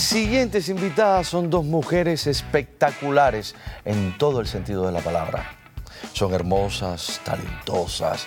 siguientes invitadas son dos mujeres espectaculares en todo el sentido de la palabra. Son hermosas, talentosas,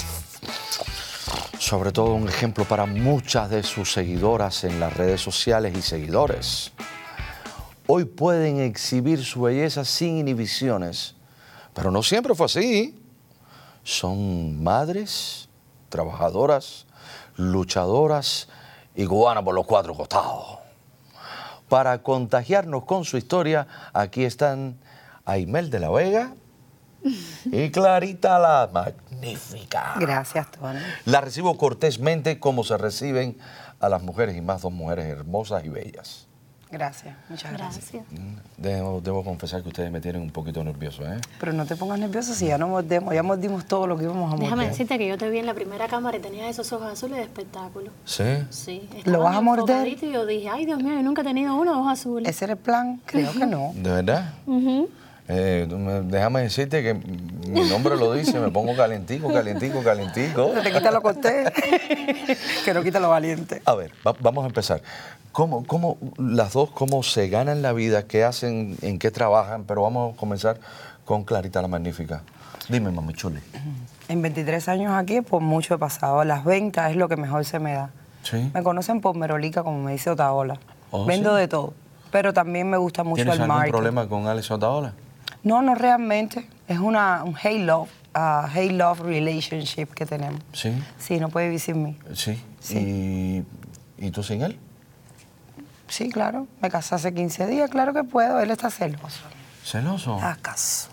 sobre todo un ejemplo para muchas de sus seguidoras en las redes sociales y seguidores. Hoy pueden exhibir su belleza sin inhibiciones, pero no siempre fue así. Son madres, trabajadoras, luchadoras y cubanas por los cuatro costados. Para contagiarnos con su historia, aquí están Aimel de la Vega y Clarita la Magnífica. Gracias, Tony. La recibo cortésmente como se reciben a las mujeres, y más dos mujeres hermosas y bellas. Gracias, muchas gracias. Debo confesar que ustedes me tienen un poquito nervioso, ¿eh? Pero no te pongas nervioso si ya no mordemos, ya mordimos todo lo que íbamos a morder. Déjame decirte que yo te vi en la primera cámara y tenías esos ojos azules de espectáculo. ¿Sí? Sí. ¿Lo vas a morder? Y yo dije, ay, Dios mío, yo nunca he tenido unos ojos azules. ¿Ese era el plan? Creo que no. ¿De verdad? Déjame decirte que mi nombre lo dice, me pongo calentico, calentico, calentico. Se te quita lo cortés, que no quita lo valiente. A ver, vamos a empezar. ¿Cómo las dos, cómo se ganan la vida, qué hacen, en qué trabajan? Pero vamos a comenzar con Clarita la Magnífica. Dime, mami chuli. En 23 años aquí, por mucho he pasado. Las ventas es lo que mejor se me da. ¿Sí? Me conocen por Merolica, como me dice Otaola. Oh, Vendo ¿sí? de todo, pero también me gusta mucho el ¿Tienes algún marketing. problema con Alex Otaola? No, no realmente. Es un hate-love relationship que tenemos. Sí. Sí, no puede vivir sin mí. Sí. Sí. ¿Y tú sin él? Sí, claro. Me casé hace 15 días, claro que puedo. Él está celoso. ¿Celoso? ¿Acaso?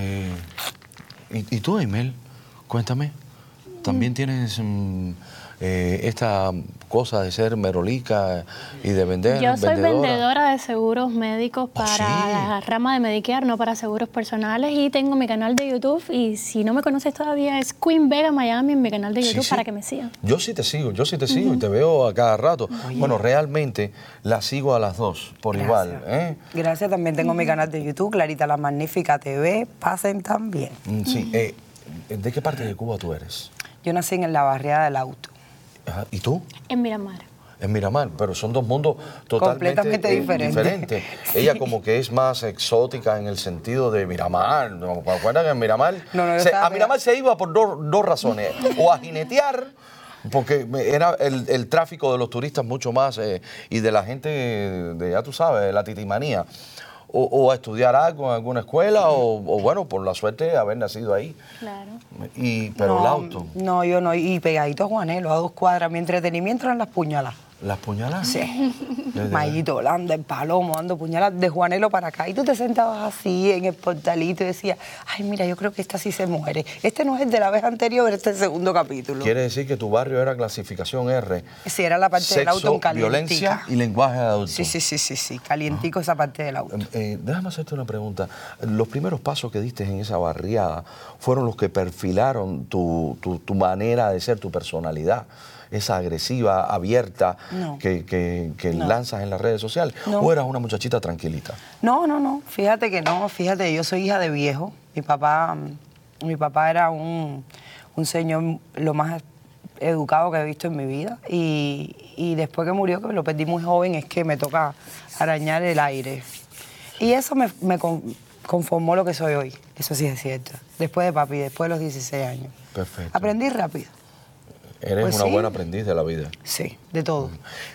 ¿Y tú, Aimel? Cuéntame. ¿También tienes esta cosa de ser merolica y de vender? Yo soy vendedora? vendedora de seguros médicos para ¿sí? la rama de Medicare, no para seguros personales, y tengo mi canal de YouTube, y si no me conoces todavía es Queen Vega Miami en mi canal de YouTube, para que me sigan. Yo sí te sigo y te veo a cada rato. Oye. Bueno, realmente las sigo a las dos por igual. Gracias, también tengo mi canal de YouTube, Clarita la Magnífica TV, pasen también. Sí, ¿de qué parte de Cuba tú eres? Yo nací en la barriada del Auto. Ajá. ¿Y tú? En Miramar. En Miramar, pero son dos mundos completamente diferentes. Sí. Ella como que es más exótica en el sentido de Miramar. ¿No? ¿Recuerdan que en Miramar? A Miramar se iba por dos razones. O a jinetear, porque era el tráfico de los turistas mucho más, y de la gente de, ya tú sabes, la titimanía. O a estudiar algo en alguna escuela, o bueno, por la suerte de haber nacido ahí. Claro. Pero el auto. No, yo no. Y pegadito a Juanelo, a 2 cuadras. Mi entretenimiento eran las puñalas. ¿Las puñalas? Sí. Mayito Holanda, el Palomo, dando puñalas de Juanelo para acá. Y tú te sentabas así en el portalito y decías, ay, mira, yo creo que esta sí se muere. Este no es el de la vez anterior, este es el segundo capítulo. Quiere decir que tu barrio era clasificación R. Sí, era la parte del auto en calientica. Violencia y lenguaje de adulto. Sí, calientico esa parte del auto. Déjame hacerte una pregunta. Los primeros pasos que diste en esa barriada fueron los que perfilaron tu manera de ser, tu personalidad, esa agresiva, abierta, que lanzas en las redes sociales. No. ¿O eras una muchachita tranquilita? No. Fíjate que no. Fíjate, yo soy hija de viejo. Mi papá era un señor lo más educado que he visto en mi vida. Y después que murió, que lo perdí muy joven, es que me toca arañar el aire. Y eso me conformó lo que soy hoy. Eso sí es cierto. Después de papi, después de los 16 años. Perfecto. Aprendí rápido. Eres pues una buena aprendiz de la vida. Sí, de todo.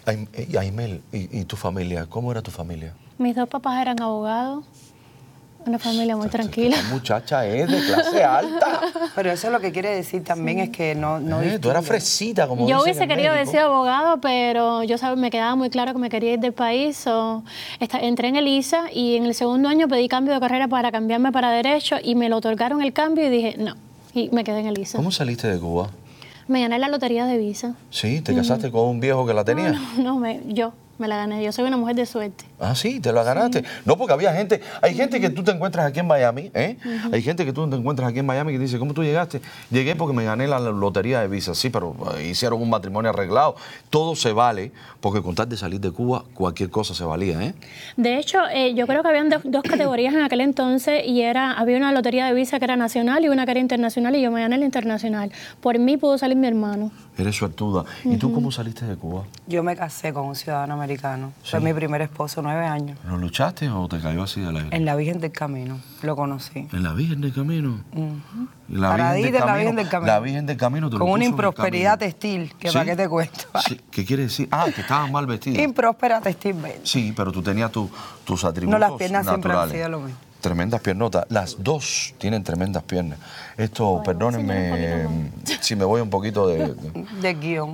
Aimel, ¿y tu familia? ¿Cómo era tu familia? Mis dos papás eran abogados. Una familia muy tranquila. Esta muchacha es de clase alta. Pero eso lo que quiere decir también es que no tú eras fresita, como yo dicen hubiese en querido México. decir abogado, pero yo me quedaba muy claro que me quería ir del país. Entré en el ISA y en el segundo año pedí cambio de carrera para cambiarme para Derecho, y me lo otorgaron el cambio y dije no. Y me quedé en el ISA. ¿Cómo saliste de Cuba? Me gané la lotería de Visa. ¿Sí? ¿Te casaste con un viejo que la tenía? No, yo me la gané. Yo soy una mujer de suerte. Ah, sí, te la ganaste. Sí. No, porque hay gente que tú te encuentras aquí en Miami, Hay gente que tú te encuentras aquí en Miami que dice, ¿cómo tú llegaste? Llegué porque me gané la lotería de Visa. Sí, pero hicieron un matrimonio arreglado. Todo se vale, porque con tal de salir de Cuba, cualquier cosa se valía, De hecho, yo creo que habían dos categorías en aquel entonces, y había una lotería de Visa que era nacional y una que era internacional, y yo me gané la internacional. Por mí pudo salir mi hermano. Eres suertuda. ¿Y tú cómo saliste de Cuba? Yo me casé con un ciudadano americano. Fue Sí. mi primer esposo, 9 años. ¿Lo luchaste o te cayó así del aire? En la Virgen del Camino, lo conocí. ¿En la Virgen del Camino? Y Paradita en la Virgen del Camino. La Virgen del Camino te lo Con puso una en el improsperidad camino. textil, que ¿Sí? para qué te cuento. Sí, ¿qué quiere decir? Ah, que estabas mal vestida. Impróspera textilmente. Sí, pero tú tenías tus atributos No, las piernas siempre han naturales. sido lo mismo. Tremendas piernotas. Las dos tienen tremendas piernas. Esto, perdónenme si me voy un poquito de... De guión.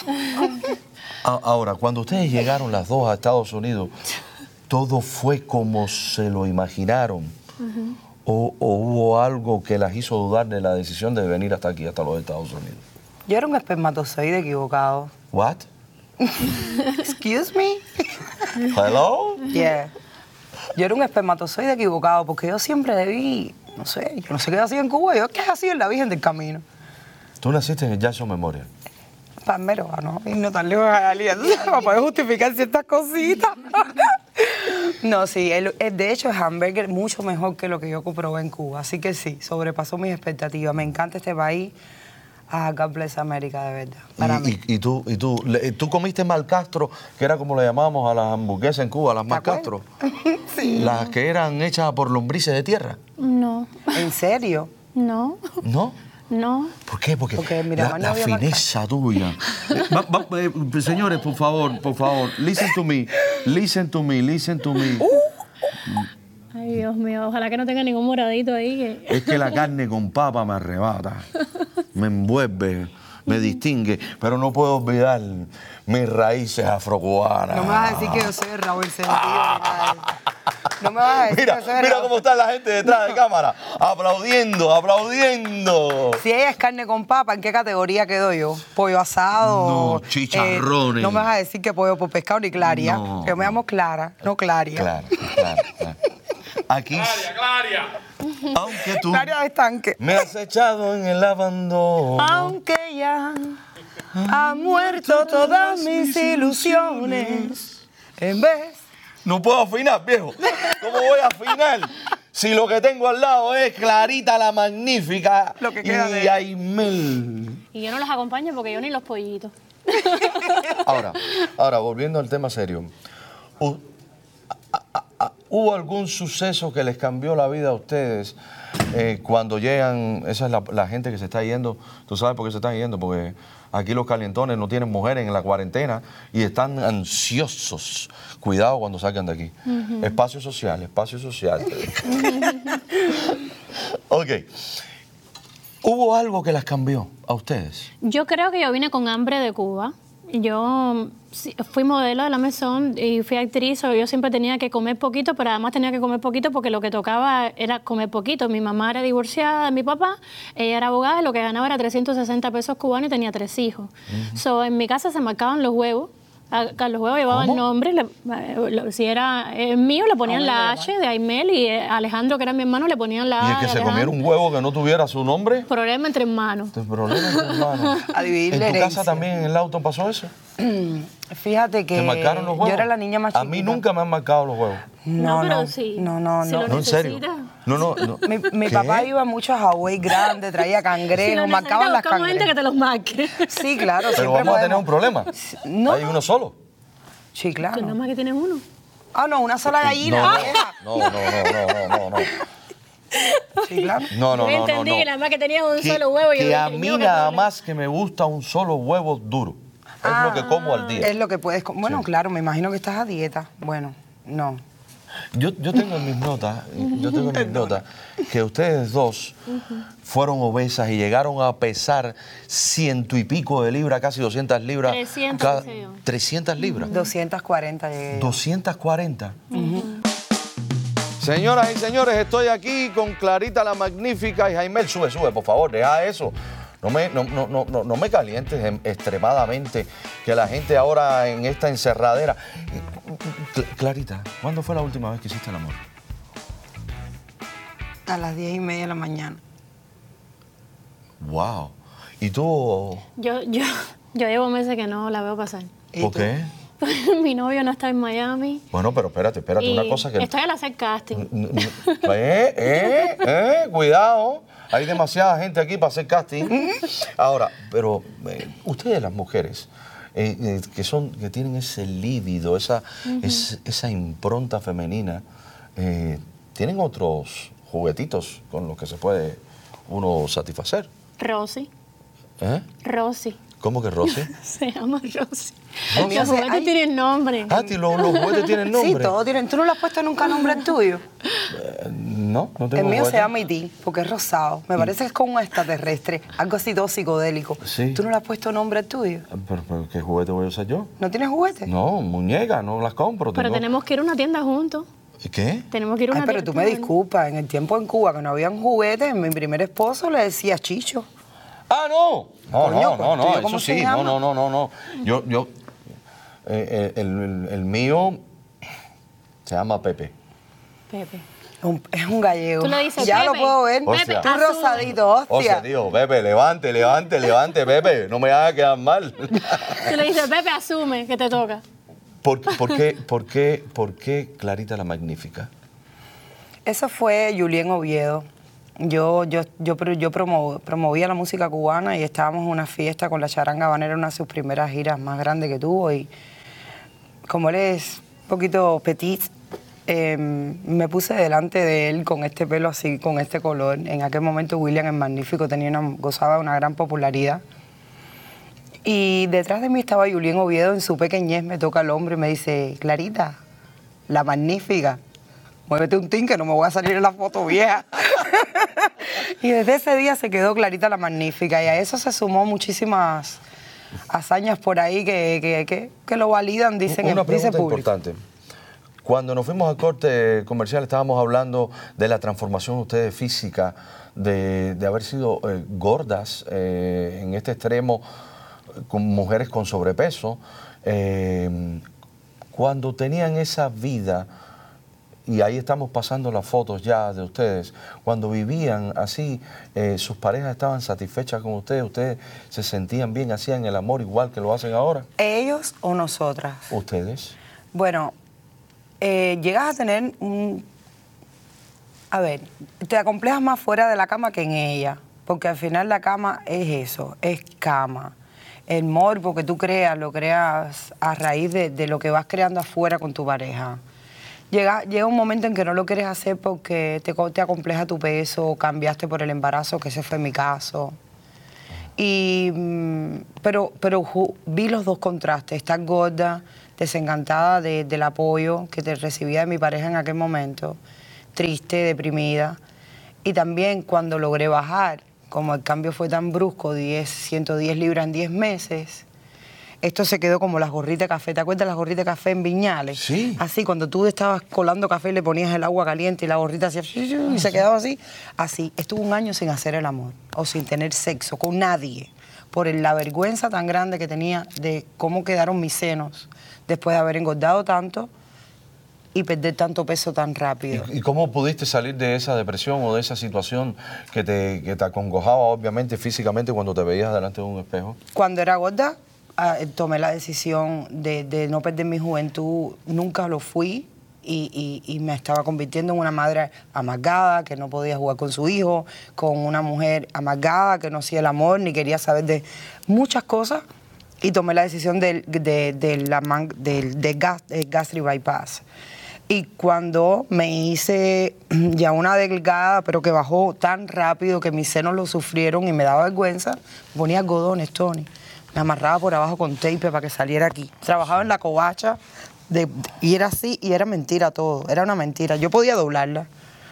Ahora, cuando ustedes llegaron las dos a Estados Unidos, ¿todo fue como se lo imaginaron? ¿O hubo algo que las hizo dudar de la decisión de venir hasta aquí, hasta los Estados Unidos? Yo era un espermatozoide equivocado. What? Excuse me. Hello? Yeah. Yo era un espermatozoide equivocado porque yo siempre debí, no sé, yo no sé qué hacía en Cuba, yo qué hacía en la Virgen del Camino. Tú naciste en el Jackson Memorial. Palmero, ¿no? Y no tan lejos de Jalía, para poder justificar ciertas cositas. No, sí, de hecho el hamburger mucho mejor que lo que yo probé en Cuba, así que sí, sobrepasó mis expectativas. Me encanta este país. God bless América, de verdad, para mí. ¿Y tú comiste Malcastro, que era como le llamábamos a las hamburguesas en Cuba, las Malcastro? Sí. Las que eran hechas por lombrices de tierra. No, ¿En serio? no, ¿No? no. ¿Por qué? Porque mira, la no había fineza tuya. Señores, por favor, listen to me, listen to me, listen to me. Ay, Dios mío, ojalá que no tenga ningún moradito ahí. Es que la carne con papa me arrebata, me envuelve, me distingue, pero no puedo olvidar mis raíces afrocubanas. No me vas a decir que yo soy de Raúl Sentido ni nada de eso. No me vas a decir Mira, que soy de mira Raúl. cómo está la gente detrás de cámara, aplaudiendo, aplaudiendo. Si ella es carne con papa, ¿en qué categoría quedo yo? ¿Pollo asado? No, chicharrones. No me vas a decir que pollo por pescado ni Claria. No. Yo me llamo Clara, no Claria. Claro. Aquí, Claria. aunque tú Claria de estanque. me has echado en el abandono. Aunque ya han muerto todas mis ilusiones, en vez... No puedo afinar, viejo. ¿Cómo voy a afinar? Si lo que tengo al lado es Clarita la Magnífica Lo que queda y de- Y Aimel. yo no los acompaño porque yo ni los pollitos. Ahora, volviendo al tema serio. ¿Hubo algún suceso que les cambió la vida a ustedes cuando llegan? Esa es la gente que se está yendo. ¿Tú sabes por qué se están yendo? Porque aquí los calientones no tienen mujeres en la cuarentena y están ansiosos. Cuidado cuando salgan de aquí. Espacio social, espacio social. Ok. ¿Hubo algo que las cambió a ustedes? Yo creo que yo vine con hambre de Cuba. Yo fui modelo de la Maison y fui actriz, yo siempre tenía que comer poquito, pero además tenía que comer poquito porque lo que tocaba era comer poquito. Mi mamá era divorciada de mi papá, ella era abogada, lo que ganaba era 360 pesos cubanos y tenía 3 hijos. En mi casa se marcaban los huevos. A los huevos llevaban ¿Cómo? nombre, si era mío le ponían la H de Aimel y Alejandro, que era mi hermano, le ponían la A ¿Y el de que se Alejandro. comiera un huevo que no tuviera su nombre? Problema entre hermanos. ¿Te problema, hermano? A dividir ¿En la tu casa herencia. también en el auto pasó eso? Fíjate que ¿Te marcaron los huevos? yo era la niña más A chiquita. mí nunca me han marcado los huevos. No, pero sí. No. Si lo No, en serio. necesitas. No. Mi ¿Qué? papá iba mucho a Hawái grande, traía Si cangrejos, lo marcaban las necesitas, buscamos gente que cangrejos. te los marque. Sí, claro, Pero siempre vamos a tener un podemos. problema. No. Hay uno solo. Sí, Tú nada claro. más que tienes uno. Ah, no, una sola gallina. vieja. No. Sí, claro. No. Yo entendí que nada más que tenías un solo huevo. y Que yo a dije, mí "Mío, qué nada problema". más que me gusta un solo huevo duro. Es lo que como al día. Es lo que puedes Bueno, Sí. claro, me imagino que estás a dieta. Bueno, no. Yo tengo en mis notas, que ustedes dos fueron obesas y llegaron a pesar 100 y pico de libras, casi 200 libras. 300, sí, yo. 300 libras. 240 llegué. 240. Señoras y señores, estoy aquí con Clarita la Magnífica y Jaimel. Sube, por favor, deja eso. No me calientes extremadamente, que la gente ahora en esta encerradera... Clarita, ¿cuándo fue la última vez que hiciste el amor? A las 10:30 de la mañana. Wow. ¿Y tú? Yo llevo meses que no la veo pasar. ¿Y ¿Por tú? qué? Mi novio no está en Miami. Bueno, pero espérate, Y una cosa que... estoy al hacer casting. Cuidado. Hay demasiada gente aquí para hacer casting. Ahora, pero ustedes las mujeres, que tienen ese líbido, esa impronta femenina, ¿tienen otros juguetitos con los que se puede uno satisfacer? Rosy. ¿Eh? Rosy. ¿Cómo que Rosy? Se llama Rosy. El mío Los se- juguetes ay. tienen nombre. Ah, los juguetes tienen nombre. Sí, todos tienen. ¿Tú no le has puesto nunca nombre al tuyo? No tengo El mío juguete. se llama Iti, porque es rosado. Me parece que es como un extraterrestre, algo así todo psicodélico. Sí. ¿Tú no le has puesto nombre al tuyo? ¿Pero qué juguete voy a usar yo? ¿No tienes juguete? No, muñecas, no las compro. Pero tenemos que ir a una tienda juntos. ¿Qué? Tenemos que ir a Ay, una pero tienda. tú me disculpas, en el tiempo en Cuba que no habían juguetes, mi primer esposo le decía Chicho. ¡Ah, no! Coño, No, ¿tuyo eso cómo se sí, llama? no. El mío se llama Pepe. Pepe. Es un gallego. Tú le dices, ya Pepe, lo puedo ver. Hostia. Tú rosadito, hostia. O sea, tío, Pepe, levante, Pepe, no me hagas quedar mal. Tú le dices, Pepe, asume que te toca. ¿Por qué Clarita la Magnífica? Eso fue Julien Oviedo. Yo promovía la música cubana y estábamos en una fiesta con la Charanga Habanera, una de sus primeras giras más grandes que tuvo. Y como él es un poquito petit, me puse delante de él con este pelo así, con este color. En aquel momento William el Magnífico gozaba de una gran popularidad. Y detrás de mí estaba Julien Oviedo, en su pequeñez me toca el hombro y me dice, Clarita, la Magnífica, muévete un tin que no me voy a salir en la foto vieja. Y desde ese día se quedó Clarita la Magnífica y a eso se sumó muchísimas hazañas por ahí que lo validan, dicen Una el dice pregunta público. importante. Cuando nos fuimos al corte comercial estábamos hablando de la transformación de ustedes física, de haber sido gordas en este extremo, con mujeres con sobrepeso. Cuando tenían esa vida, y ahí estamos pasando las fotos ya de ustedes, cuando vivían así, sus parejas estaban satisfechas con ustedes se sentían bien, hacían el amor igual que lo hacen ahora. ¿Ellos o nosotras? ¿Ustedes? Bueno, llegas a tener un... A ver, te acomplejas más fuera de la cama que en ella, porque al final la cama es eso, es cama. El morbo que tú creas, lo creas a raíz de lo que vas creando afuera con tu pareja. Llega un momento en que no lo quieres hacer porque te acompleja tu peso, cambiaste por el embarazo, que ese fue mi caso. Pero vi los dos contrastes, estar gorda, desencantada del apoyo que te recibía de mi pareja en aquel momento, triste, deprimida. Y también cuando logré bajar, como el cambio fue tan brusco, 110 libras en 10 meses, esto se quedó como las gorritas de café. ¿Te acuerdas las gorritas de café en Viñales? Sí. Así, cuando tú estabas colando café y le ponías el agua caliente y la gorrita hacía y se quedaba así. Así. Estuve un año sin hacer el amor o sin tener sexo con nadie por la vergüenza tan grande que tenía de cómo quedaron mis senos después de haber engordado tanto y perder tanto peso tan rápido. ¿Y cómo pudiste salir de esa depresión o de esa situación que te acongojaba obviamente físicamente cuando te veías delante de un espejo? Cuando era gorda, tomé la decisión de no perder mi juventud, nunca lo fui y me estaba convirtiendo en una madre amargada que no podía jugar con su hijo, con una mujer amargada que no hacía el amor ni quería saber de muchas cosas y tomé la decisión del gastric bypass. Y cuando me hice ya una delgada, pero que bajó tan rápido que mis senos lo sufrieron y me daba vergüenza, me ponía algodones, Tony. Me amarraba por abajo con tape para que saliera aquí. Trabajaba en la covacha y era así y era mentira todo. Era una mentira. Yo podía doblarla.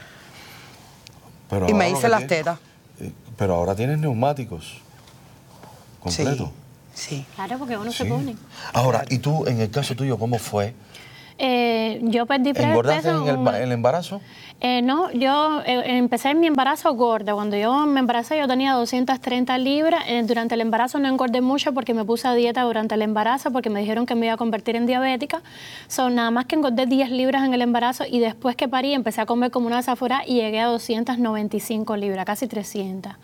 Pero Y me ahora lo hice que las tienes- tetas. Pero ahora tienes neumáticos completos. Sí. Claro, porque uno se Sí. pone. Ahora, ¿y tú, en el caso tuyo, cómo fue? Yo perdí ¿Engordaste peso. en el embarazo? No, yo empecé mi embarazo gorda. Cuando yo me embaracé yo tenía 230 libras. Durante el embarazo no engordé mucho porque me puse a dieta durante el embarazo porque me dijeron que me iba a convertir en diabética. Nada más que engordé 10 libras en el embarazo y después que parí empecé a comer como una desaforada y llegué a 295 libras, casi 300.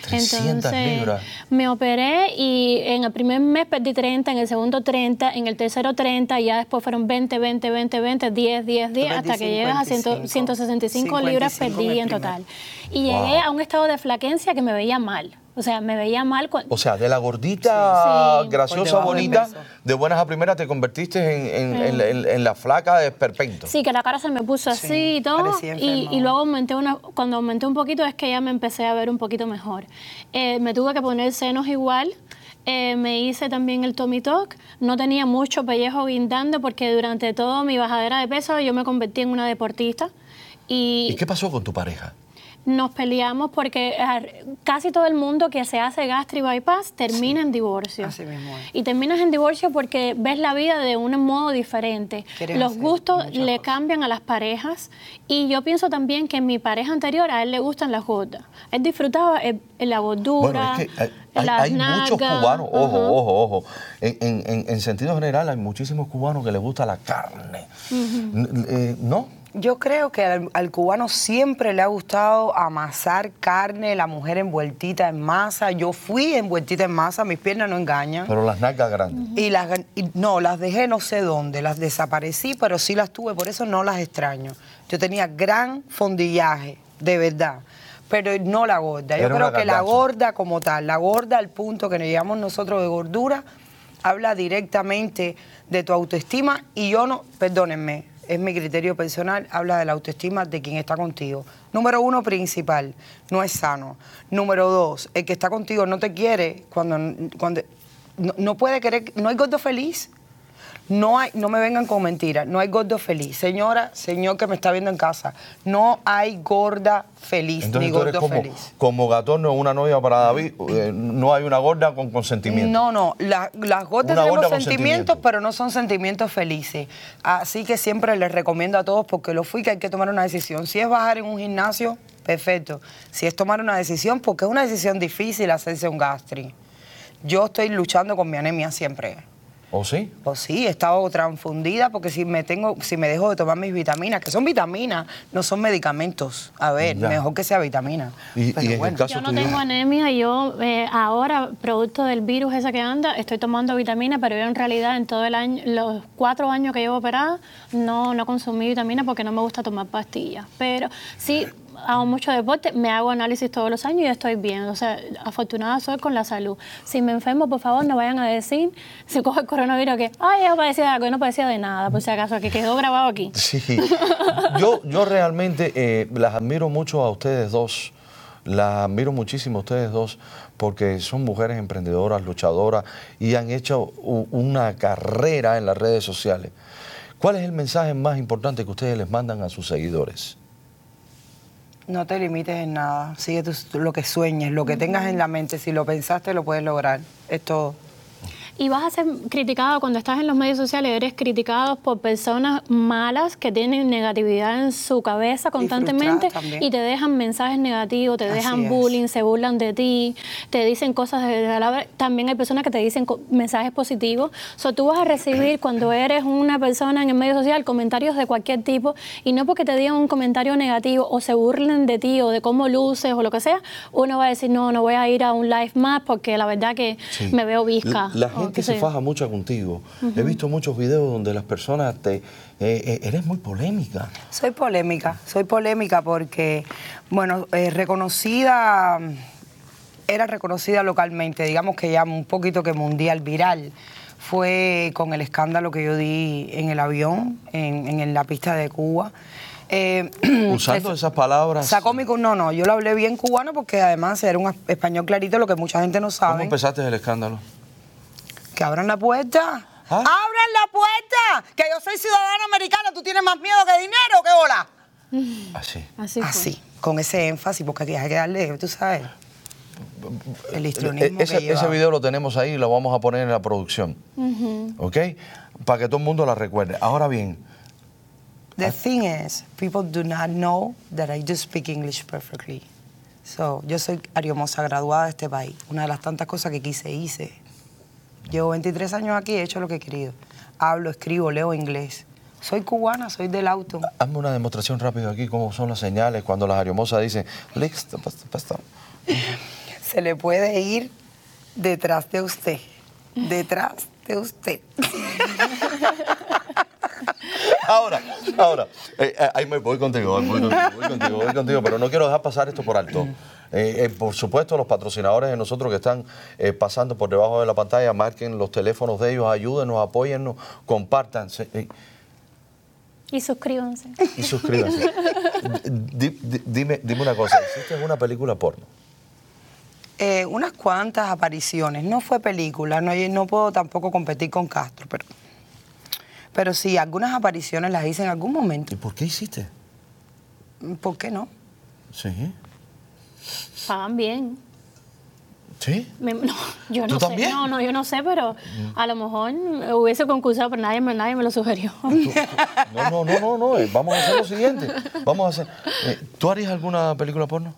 300 libras. Me operé y en el primer mes perdí 30, en el segundo 30, en el tercero 30, y ya después fueron 20, 20, 20, 20, 10, 10, 10, hasta que llegas a 165 libras perdí en total. Y llegué a un estado de flaquencia que me veía mal. O sea, me veía mal. O sea, de la gordita Sí. graciosa, bonita, de buenas a primeras te convertiste en la flaca de esperpento. Sí, que la cara se me puso así y todo. parecía Y enferma. luego cuando aumenté un poquito es que ya me empecé a ver un poquito mejor. Me tuve que poner senos igual. Me hice también el tummy tuck. No tenía mucho pellejo guindando porque durante toda mi bajadera de peso yo me convertí en una deportista. ¿Y qué pasó con tu pareja? Nos peleamos porque casi todo el mundo que se hace gastri bypass termina en divorcio. Así mismo es. Y terminas en divorcio porque ves la vida de un modo diferente. Quieres Los hacer gustos muchas le cosas. cambian a las parejas. Y yo pienso también que en mi pareja anterior a él le gustan las gordas. Él disfrutaba la gordura, Bueno, es que las hay muchos nalgas. cubanos, ojo. En sentido general, hay muchísimos cubanos que les gusta la carne. ¿No? Yo creo que al cubano siempre le ha gustado amasar carne, la mujer envueltita en masa. Yo fui envueltita en masa, mis piernas no engañan. Pero las nalgas grandes. No, las dejé no sé dónde, las desaparecí, pero sí las tuve, por eso no las extraño. Yo tenía gran fondillaje, de verdad, pero no la gorda. Yo Era creo una que la gargancha. gorda como tal, la gorda al punto que nos llamamos nosotros de gordura, habla directamente de tu autoestima y yo no, perdónenme, es mi criterio personal, habla de la autoestima de quien está contigo. Número 1, principal, no es sano. Número 2, el que está contigo no te quiere cuando no puede querer, no hay gordo feliz. No me vengan con mentiras, no hay gordo feliz. Señora, señor que me está viendo en casa, no hay gorda feliz Entonces ni tú eres gordo feliz. como Gatorno, una novia para David, no hay una gorda con consentimiento. No, las gordas Una tenemos gorda con sentimientos, sentimiento. pero no son sentimientos felices. Así que siempre les recomiendo a todos, porque lo fui, que hay que tomar una decisión. Si es bajar en un gimnasio, perfecto. Si es tomar una decisión, porque es una decisión difícil hacerse un gastri. Yo estoy luchando con mi anemia siempre. ¿O sí? Pues sí, he estado transfundida porque si me dejo de tomar mis vitaminas, que son vitaminas, no son medicamentos. A ver, Ya. mejor que sea vitamina. Y Pero en el bueno. caso Yo no tuyo. tengo anemia, yo ahora, producto del virus ese que anda, estoy tomando vitamina, pero yo en realidad en todo el año, los 4 años que llevo operada, no consumí vitamina porque no me gusta tomar pastillas. Pero sí hago mucho deporte, me hago análisis todos los años y estoy bien. O sea, afortunada soy con la salud. Si me enfermo, por favor, no vayan a decir, si cojo el coronavirus, que, ay, yo padecía de algo, yo no padecía de nada, por si acaso, que quedó grabado aquí. Sí, yo realmente las admiro mucho a ustedes dos, las admiro muchísimo a ustedes dos, porque son mujeres emprendedoras, luchadoras y han hecho una carrera en las redes sociales. ¿Cuál es el mensaje más importante que ustedes les mandan a sus seguidores? No te limites en nada, sigue lo que sueñes, lo que tengas en la mente, si lo pensaste lo puedes lograr, es todo. Y vas a ser criticado cuando estás en los medios sociales, eres criticado por personas malas que tienen negatividad en su cabeza constantemente frustradas también. y te dejan mensajes negativos, te Así dejan es. bullying, se burlan de ti, te dicen cosas también hay personas que te dicen mensajes positivos. Tú vas a recibir cuando eres una persona en el medio social comentarios de cualquier tipo y no porque te digan un comentario negativo o se burlen de ti o de cómo luces o lo que sea, uno va a decir no voy a ir a un live más porque la verdad que Sí. me veo visca. La o gente qué se sé yo. faja mucho contigo. He visto muchos videos donde las personas eres muy polémica. Soy polémica porque, bueno, era reconocida localmente, digamos que ya un poquito que mundial, viral. Fue con el escándalo que yo di en el avión, en la pista de Cuba. Usando esas palabras. Sacó no, yo lo hablé bien cubano porque además era un español clarito, lo que mucha gente no ¿Cómo sabe. empezaste el escándalo? Que abran la puerta. ¿Ah? ¡Abran la puerta! Que yo soy ciudadano americano, ¿tú tienes más miedo que dinero? ¿Qué hola? Así. Así fue. Así, con ese énfasis, porque aquí hay que darle, tú sabes, el histrionismo que Ese lleva. video lo tenemos ahí y lo vamos a poner en la producción. ¿Ok? Para que todo el mundo la recuerde. Ahora bien, The thing is, people do not know that I do speak English perfectly. So, yo soy ariomosa, graduada de este país. Una de las tantas cosas que hice. Llevo 23 años aquí, he hecho lo que he querido. Hablo, escribo, leo inglés. Soy cubana, soy del auto. hazme una demostración rápido aquí, cómo son las señales cuando las ariomosas dicen, listo, basta. se le puede ir detrás de usted. Detrás de usted. Ahora, ahí me voy contigo, voy contigo, pero no quiero dejar pasar esto por alto. Por supuesto, los patrocinadores de nosotros que están pasando por debajo de la pantalla, marquen los teléfonos de ellos, ayúdenos, apóyennos, compártanse. Y suscríbanse. Y suscríbanse. Dime una cosa, ¿hiciste una película porno? Unas cuantas apariciones, no fue película, no puedo tampoco competir con Castro, pero sí, algunas apariciones las hice en algún momento. ¿Y por qué hiciste? ¿Por qué no? Sí. Pagan bien. ¿Sí? No, yo ¿Tú no también? sé. No, yo no sé, pero a lo mejor hubiese concursado, pero nadie me lo sugirió. No, vamos a hacer lo siguiente. ¿Tú harías alguna película porno?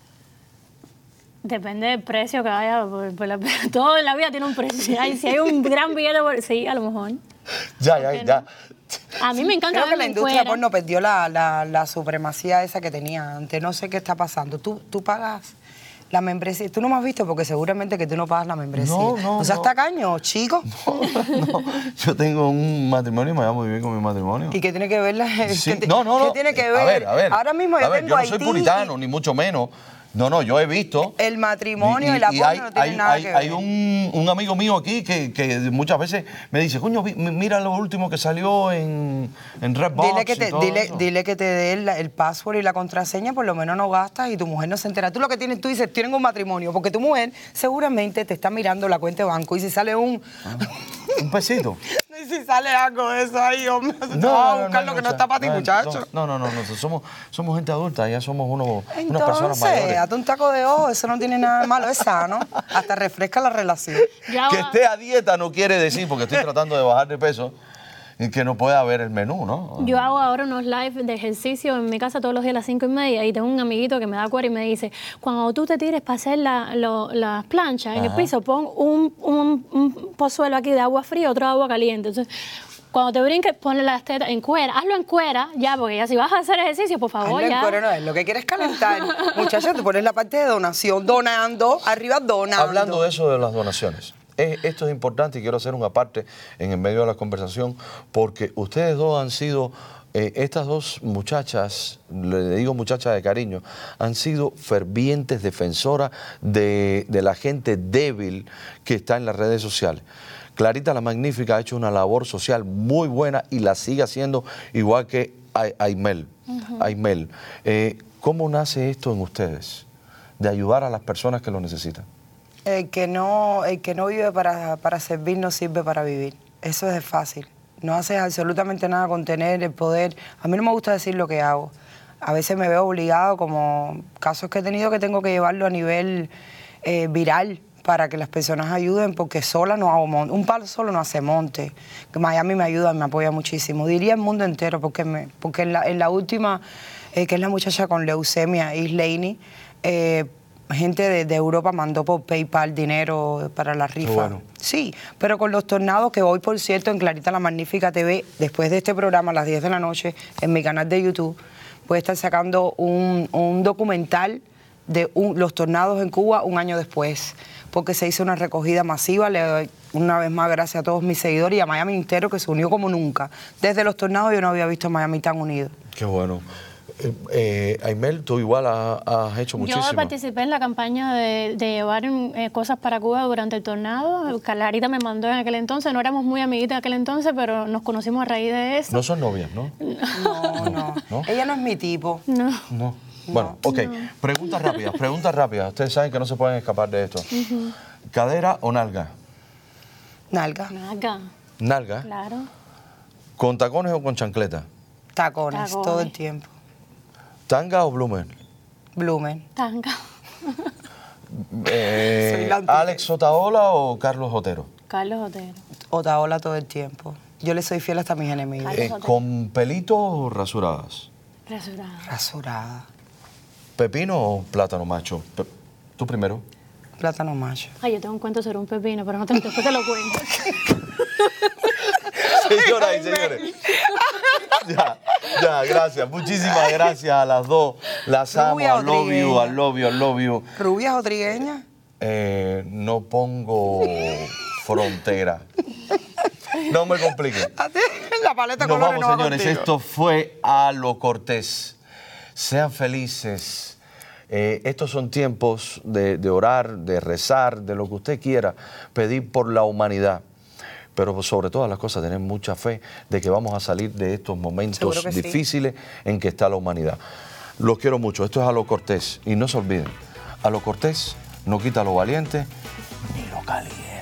Depende del precio que haya. Todo en la vida tiene un precio. Si hay un gran billete, sí, a lo mejor. Ya. A mí me encanta Creo que la verme industria fuera. porno perdió la supremacía esa que tenía antes. No sé qué está pasando. Tú pagas la membresía. Tú no me has visto porque seguramente que tú no pagas la membresía. No. O sea, tacaño, chico. No. Yo tengo un matrimonio y me va muy bien con mi matrimonio. ¿Y qué tiene que ver? Sí, ¿Qué no. tiene que ver? A ver. Ahora mismo yo tengo yo no Haití soy puritano, ni mucho menos. No, yo he visto. El matrimonio y la porno no tienen nada que ver. Hay un amigo mío aquí que muchas veces me dice, coño, mira lo último que salió en Redbox. Dile que te dé el password y la contraseña, por lo menos no gastas y tu mujer no se entera. Tú dices, tienen un matrimonio, porque tu mujer seguramente te está mirando la cuenta de banco y si sale un pesito. Y si sale algo de eso ahí, hombre, vas a buscar lo que no está para ti, muchacho. No, somos gente adulta, ya somos unas personas mayores. Entonces, hazte un taco de ojo, eso no tiene nada de malo, es sano, hasta refresca la relación. Que esté a dieta no quiere decir, porque estoy tratando de bajar de peso, que no pueda ver el menú, ¿no? Yo hago ahora unos live de ejercicio en mi casa todos los días a las 5:30 y tengo un amiguito que me da cuero y me dice, cuando tú te tires para hacer las planchas en el piso, pon un pozuelo aquí de agua fría, otro de agua caliente. Entonces, cuando te brinques, ponle las tetas en cuera. Hazlo en cuera, ya, porque ya si vas a hacer ejercicio, por favor, Hazlo ya. en cuero no es, lo que quieres calentar. Muchachos, tú pones la parte de donación, donando, arriba donando. Hablando de eso de las donaciones. Esto es importante y quiero hacer un aparte en el medio de la conversación porque ustedes dos han sido, estas dos muchachas, le digo muchachas de cariño, han sido fervientes defensoras de la gente débil que está en las redes sociales. Clarita la Magnífica ha hecho una labor social muy buena y la sigue haciendo igual que Aimel. Aimel, ¿cómo nace esto en ustedes? De ayudar a las personas que lo necesitan. El que no vive para servir no sirve para vivir. Eso es fácil. No haces absolutamente nada con tener el poder. A mí no me gusta decir lo que hago. A veces me veo obligado, como casos que he tenido que tengo que llevarlo a nivel viral para que las personas ayuden, porque sola no hago monte. Un palo solo no hace monte. Miami me ayuda, me apoya muchísimo. Diría el mundo entero, porque en la última, que es la muchacha con leucemia, Islane, gente de Europa mandó por PayPal dinero para la rifa. Bueno. Sí, pero con los tornados, que hoy, por cierto, en Clarita la Magnífica TV, después de este programa, a las 10 de la noche, en mi canal de YouTube, voy a estar sacando un documental de los tornados en Cuba un año después, porque se hizo una recogida masiva. Le doy una vez más gracias a todos mis seguidores y a Miami entero, que se unió como nunca. Desde los tornados yo no había visto a Miami tan unido. Qué bueno. Aimel, tú igual has hecho muchísimo. Yo participé en la campaña de llevar cosas para Cuba durante el tornado. Clarita me mandó en aquel entonces, no éramos muy amiguitas en aquel entonces, pero nos conocimos a raíz de eso. No son novias, ¿no? No. Ella no es mi tipo. No. Bueno, ok. Preguntas rápidas. Ustedes saben que no se pueden escapar de esto. ¿Cadera o nalga? Nalga. Nalga. Claro. ¿Con tacones o con chancleta? Tacones, todo el tiempo. ¿Tanga o blumen? Blumen. Tanga. ¿Alex Otaola o Carlos Otero? Carlos Otero. Otaola todo el tiempo. Yo le soy fiel hasta a mis enemigos. ¿Con pelitos o rasuradas? Rasurada. ¿Pepino o plátano macho? Tú primero. Plátano macho. Ay, yo tengo un cuento sobre un pepino, pero después te lo cuento. Señoras y señores. Ya, gracias. Muchísimas gracias a las dos. Las amo. Rubia o I love you, I trigueña. love you, I love you. ¿Rubias o trigueñas? no pongo frontera. No me compliquen. La paleta de Nos colores vamos, no va señores. contigo. Esto fue A lo Cortés. Sean felices. Estos son tiempos de orar, de rezar, de lo que usted quiera, pedir por la humanidad. Pero sobre todas las cosas, tener mucha fe de que vamos a salir de estos momentos Seguro que sí. difíciles en que está la humanidad. Los quiero mucho. Esto es A lo Cortés. Y no se olviden, A lo Cortés no quita lo valiente ni lo caliente.